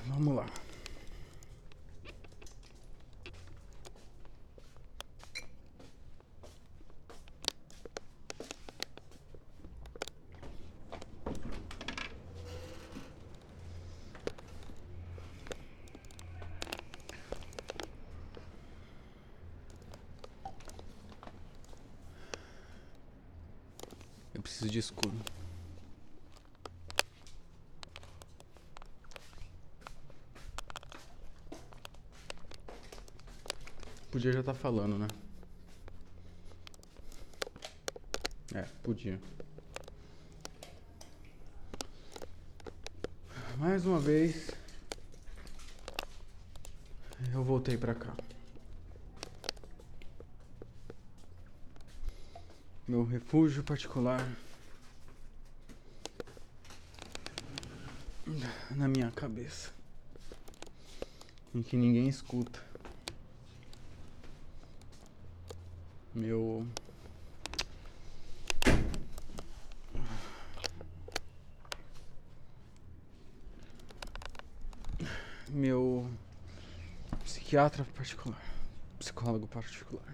Vamos lá. Eu preciso de escuro. Podia já estar falando, né? Podia. Mais uma vez, eu voltei pra cá. Meu refúgio particular na minha cabeça, em que ninguém escuta. Meu psiquiatra particular, psicólogo particular.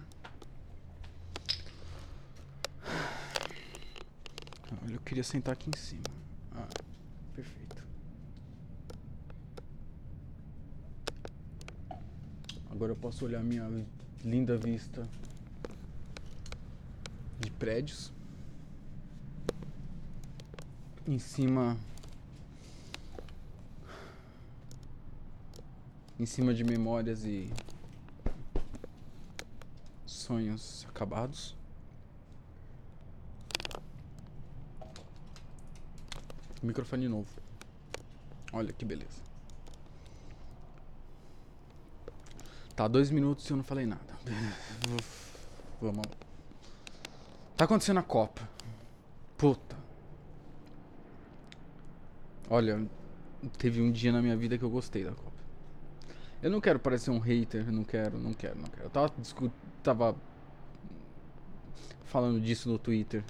Olha, eu queria sentar aqui em cima. Ah, perfeito. Agora eu posso olhar minha linda vista de prédios. Em cima de memórias e sonhos acabados. Microfone novo. Olha que beleza. Tá, 2 minutos e eu não falei nada. Vamos lá. Tá acontecendo a Copa. Puta. Olha, teve um dia na minha vida que eu gostei da Copa. Eu não quero parecer um hater, não quero. Eu tava falando disso no Twitter.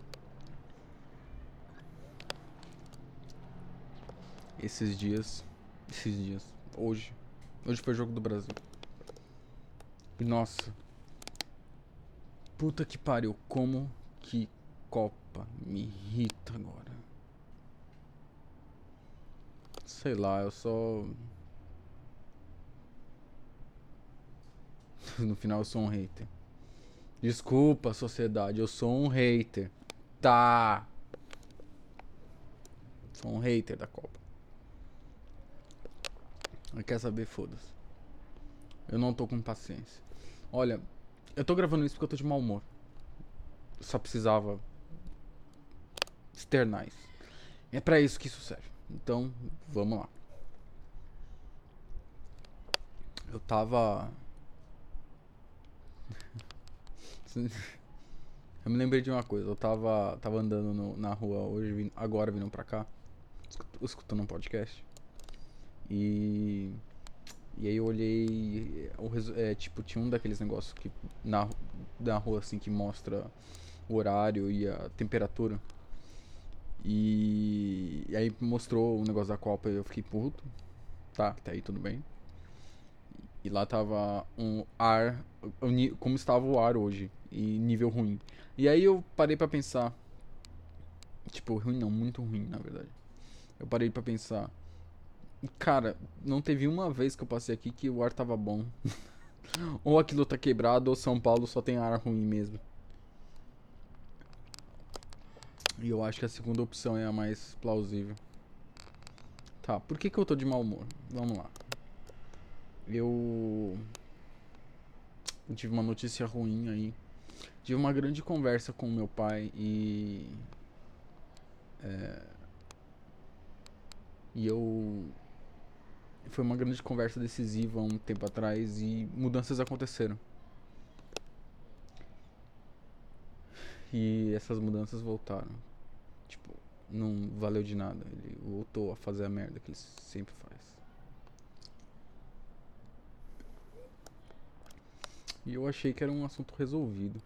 Esses dias. Hoje foi o jogo do Brasil. E nossa. Puta que pariu, como que Copa me irrita agora. Sei lá, eu só... No final eu sou um hater. Desculpa, sociedade, eu sou um hater. Tá. Sou um hater da Copa. Quer saber? Foda-se. Eu não tô com paciência. Olha, eu tô gravando isso porque eu tô de mau humor. Eu só precisava externar isso. É pra isso que isso serve. Então, vamos lá. Eu tava... Eu me lembrei de uma coisa. Eu tava andando na rua hoje, agora vindo pra cá, escutando um podcast. E aí eu olhei, tipo, tinha um daqueles negócios que na rua, assim, que mostra o horário e a temperatura. E aí mostrou o negócio da Copa e eu fiquei puto. Tá aí tudo bem. E lá tava um ar, como estava o ar hoje, e nível ruim. E aí eu parei pra pensar, tipo, ruim não, muito ruim, na verdade. Eu parei pra pensar, cara, não teve uma vez que eu passei aqui que o ar tava bom. Ou aquilo tá quebrado, ou São Paulo só tem ar ruim mesmo. E eu acho que a segunda opção é a mais plausível. Tá, por que eu tô de mau humor? Vamos lá. Eu tive uma notícia ruim aí. Tive uma grande conversa com meu pai e foi uma grande conversa decisiva um tempo atrás e mudanças aconteceram. E essas mudanças voltaram. Tipo, não valeu de nada. Ele voltou a fazer a merda que ele sempre faz. E eu achei que era um assunto resolvido.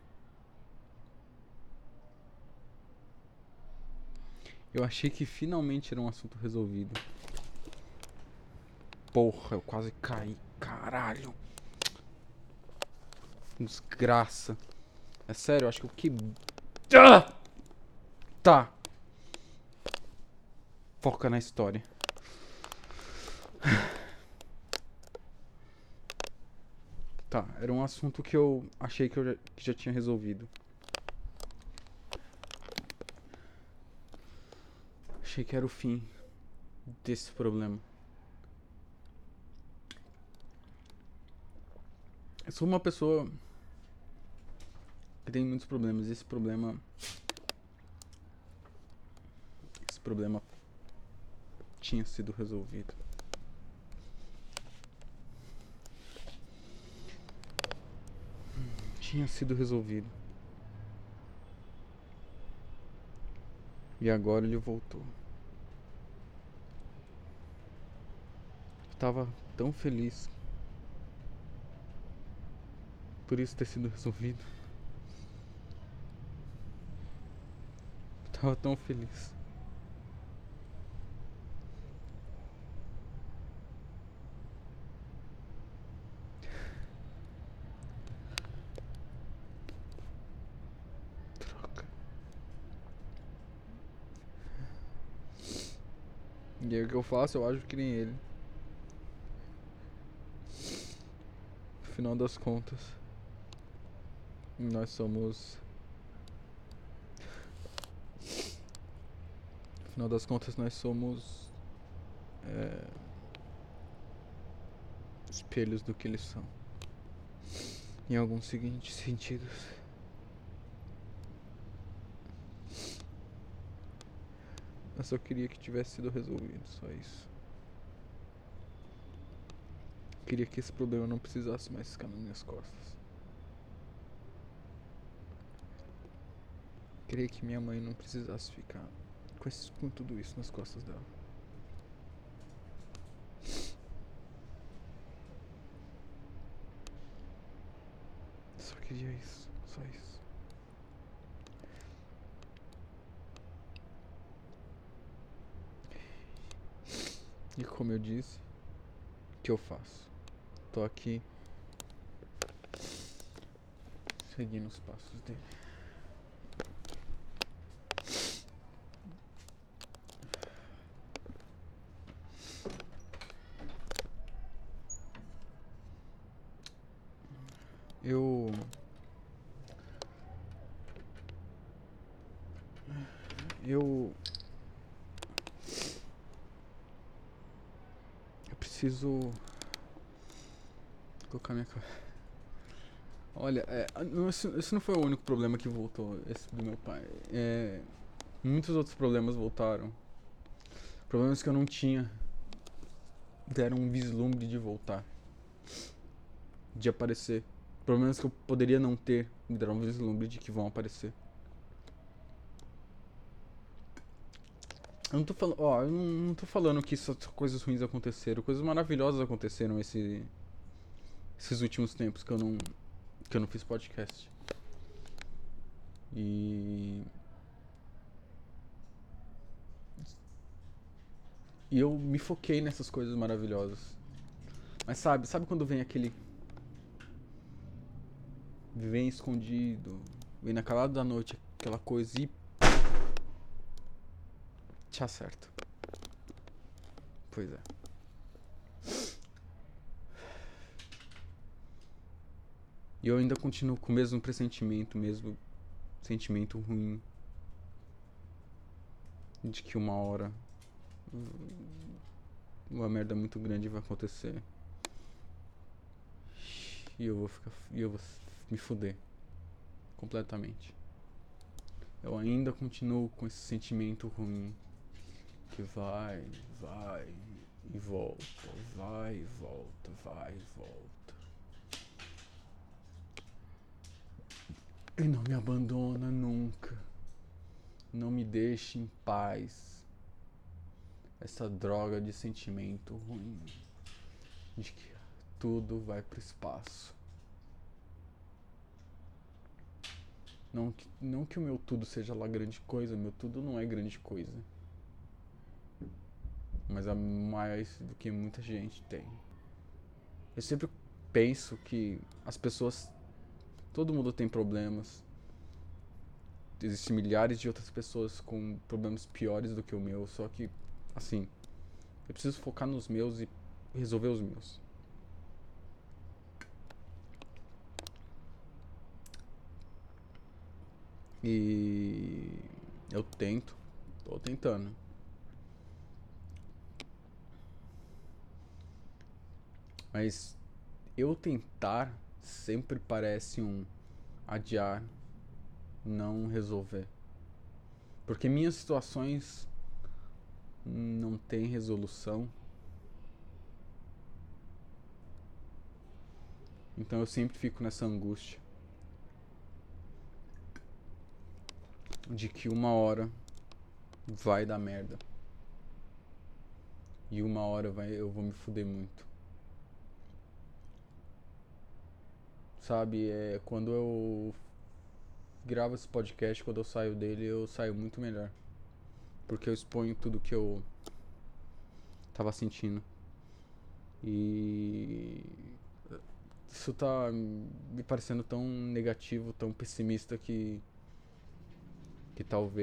Eu achei que finalmente era um assunto resolvido. Porra, eu quase caí. Caralho. Desgraça. É sério, eu acho que eu que. Ah! Tá. Foca na história. Tá, era um assunto que eu achei que eu já tinha resolvido. Achei que era o fim desse problema. Eu sou uma pessoa que tem muitos problemas. Esse problema tinha sido resolvido. Tinha sido resolvido. E agora ele voltou. Eu tava tão feliz por isso ter sido resolvido. Eu tava tão feliz. Troca. E aí o que eu faço? Eu acho que nem ele. No final das contas, nós somos. No final das contas, nós somos. Espelhos do que eles são. Em alguns seguintes sentidos. Eu só queria que tivesse sido resolvido, só isso. Queria que esse problema não precisasse mais ficar nas minhas costas. Queria que minha mãe não precisasse ficar com tudo isso nas costas dela. Só queria isso, só isso. E como eu disse, o que eu faço? Tô aqui seguindo os passos dele. Eu preciso colocar minha cara. Olha, esse não foi o único problema que voltou, esse do meu pai. Muitos outros problemas voltaram. Problemas que eu não tinha deram um vislumbre de voltar. De aparecer. Problemas que eu poderia não ter me deram um vislumbre de que vão aparecer. Eu não tô falando, eu não tô falando que só coisas ruins aconteceram, coisas maravilhosas aconteceram esses últimos tempos que eu não fiz podcast. E eu me foquei nessas coisas maravilhosas. Mas sabe quando vem aquele vem escondido, vem na calada da noite aquela coisa e te acerta. Pois é. E eu ainda continuo com o mesmo pressentimento, mesmo sentimento ruim de que uma hora uma merda muito grande vai acontecer. E eu vou me fuder completamente. Eu ainda continuo com esse sentimento ruim que vai e volta, vai e volta, vai e volta. E não me abandona nunca. Não me deixe em paz. Essa droga de sentimento ruim de que tudo vai pro espaço. Não que o meu tudo seja lá grande coisa, meu tudo não é grande coisa. mas a mais do que muita gente tem. Eu sempre penso que as pessoas, todo mundo tem problemas. Existem milhares de outras pessoas com problemas piores do que o meu, só que, assim, eu preciso focar nos meus e resolver os meus. E eu tô tentando. Mas eu tentar sempre parece um adiar, não resolver. Porque minhas situações não têm resolução. Então eu sempre fico nessa angústia de que uma hora vai dar merda. E uma hora eu vou me fuder muito. Sabe, quando eu gravo esse podcast, quando eu saio dele, eu saio muito melhor. Porque eu exponho tudo que eu tava sentindo. E isso tá me parecendo tão negativo, tão pessimista que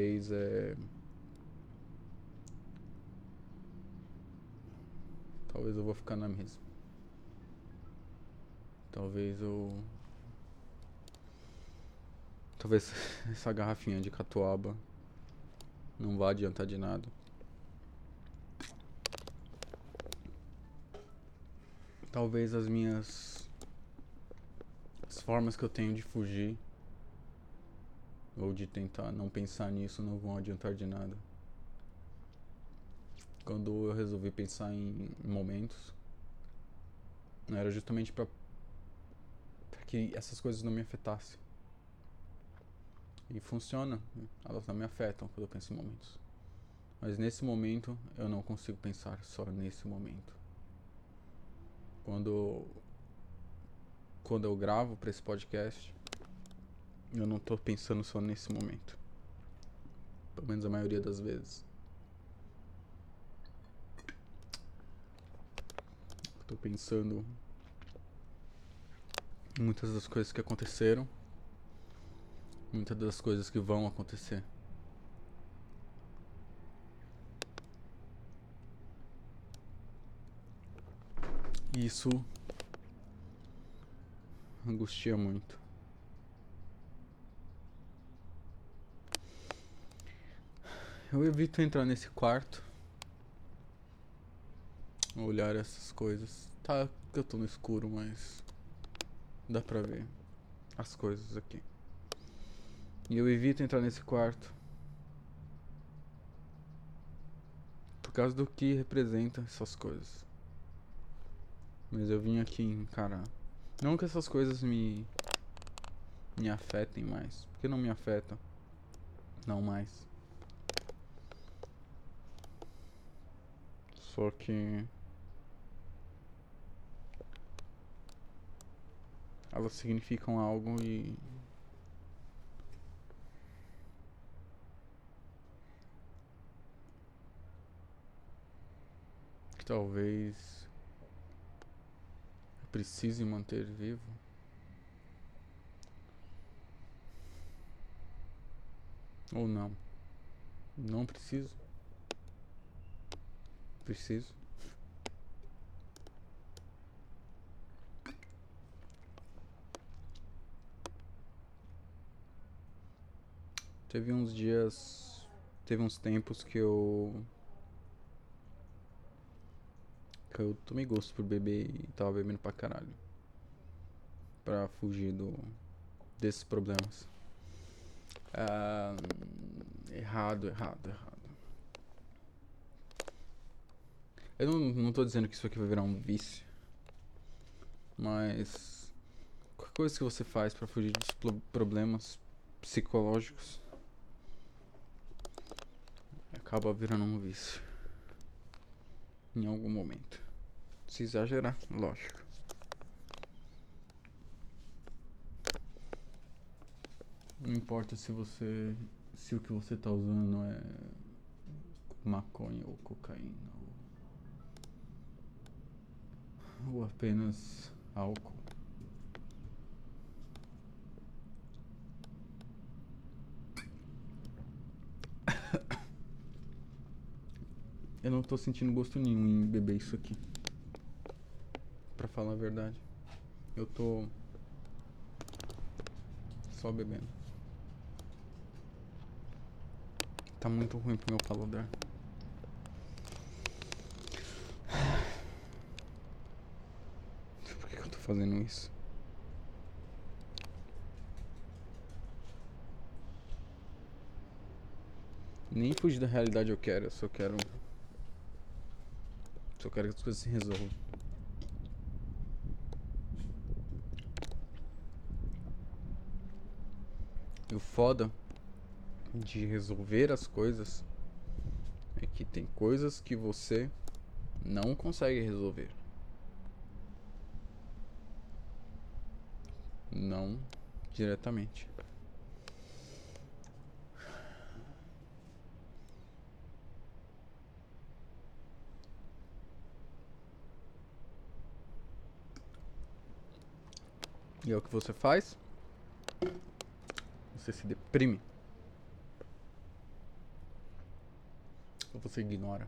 talvez eu vou ficar na mesma. Talvez essa garrafinha de catuaba não vá adiantar de nada. Talvez as formas que eu tenho de fugir ou de tentar não pensar nisso não vão adiantar de nada. Quando eu resolvi pensar em momentos, era justamente pra que essas coisas não me afetassem. E funciona, elas não me afetam quando eu penso em momentos. Mas nesse momento eu não consigo pensar só nesse momento. Quando eu gravo pra esse podcast, eu não tô pensando só nesse momento. Pelo menos a maioria das vezes. Eu tô pensando em muitas das coisas que aconteceram, muitas das coisas que vão acontecer. E isso angustia muito. Eu evito entrar nesse quarto, olhar essas coisas. Tá, eu tô no escuro, mas dá pra ver as coisas aqui. E eu evito entrar nesse quarto por causa do que representa essas coisas. Mas eu vim aqui encarar. Não que essas coisas me afetem mais, porque não me afetam. Não mais. Só que elas significam algo e que talvez eu precise manter vivo. Ou não. Não preciso. Preciso. Teve uns dias. Teve uns tempos que eu tomei gosto por beber e tava bebendo pra caralho. Pra fugir desses problemas. Errado. Eu não tô dizendo que isso aqui vai virar um vício. Mas qualquer coisa que você faz pra fugir dos problemas psicológicos acaba virando um vício. Em algum momento. Se exagerar, lógico. Não importa se o que você tá usando é maconha ou cocaína ou ou apenas álcool. Eu não tô sentindo gosto nenhum em beber isso aqui. Pra falar a verdade. Eu tô só bebendo. Tá muito ruim pro meu paladar. Por que eu tô fazendo isso? Nem fugir da realidade eu quero, eu só quero que as coisas se resolvam. E o foda de resolver as coisas é que tem coisas que você não consegue resolver. Não diretamente. E é o que você faz? Você se deprime. Ou você ignora.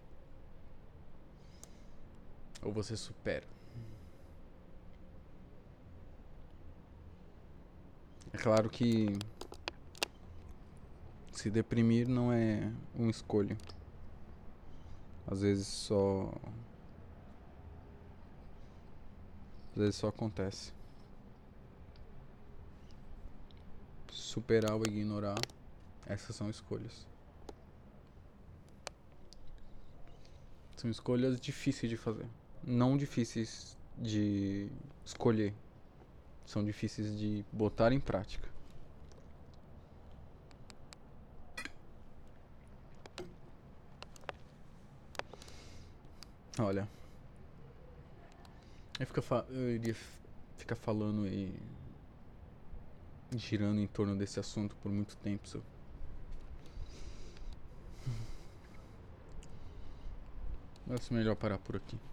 Ou você supera. É claro que se deprimir não é uma escolha. Às vezes só acontece. Superar ou ignorar, essas são escolhas. São escolhas difíceis de fazer. Não difíceis de escolher. São difíceis de botar em prática. Olha, eu iria ficar falando e girando em torno desse assunto por muito tempo. Mas é melhor parar por aqui.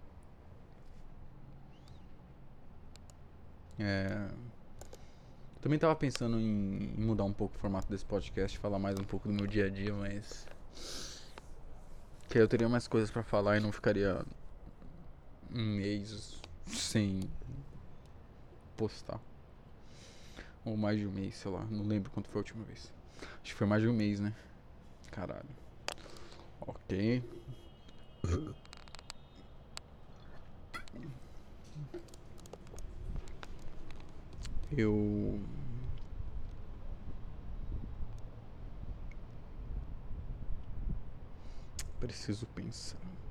Também tava pensando em mudar um pouco o formato desse podcast, falar mais um pouco do meu dia a dia, mas que aí eu teria mais coisas pra falar e não ficaria um mês sem postar. Ou mais de um mês, sei lá. Não lembro quanto foi a última vez. Acho que foi mais de um mês, né? Caralho. Ok. Eu preciso pensar.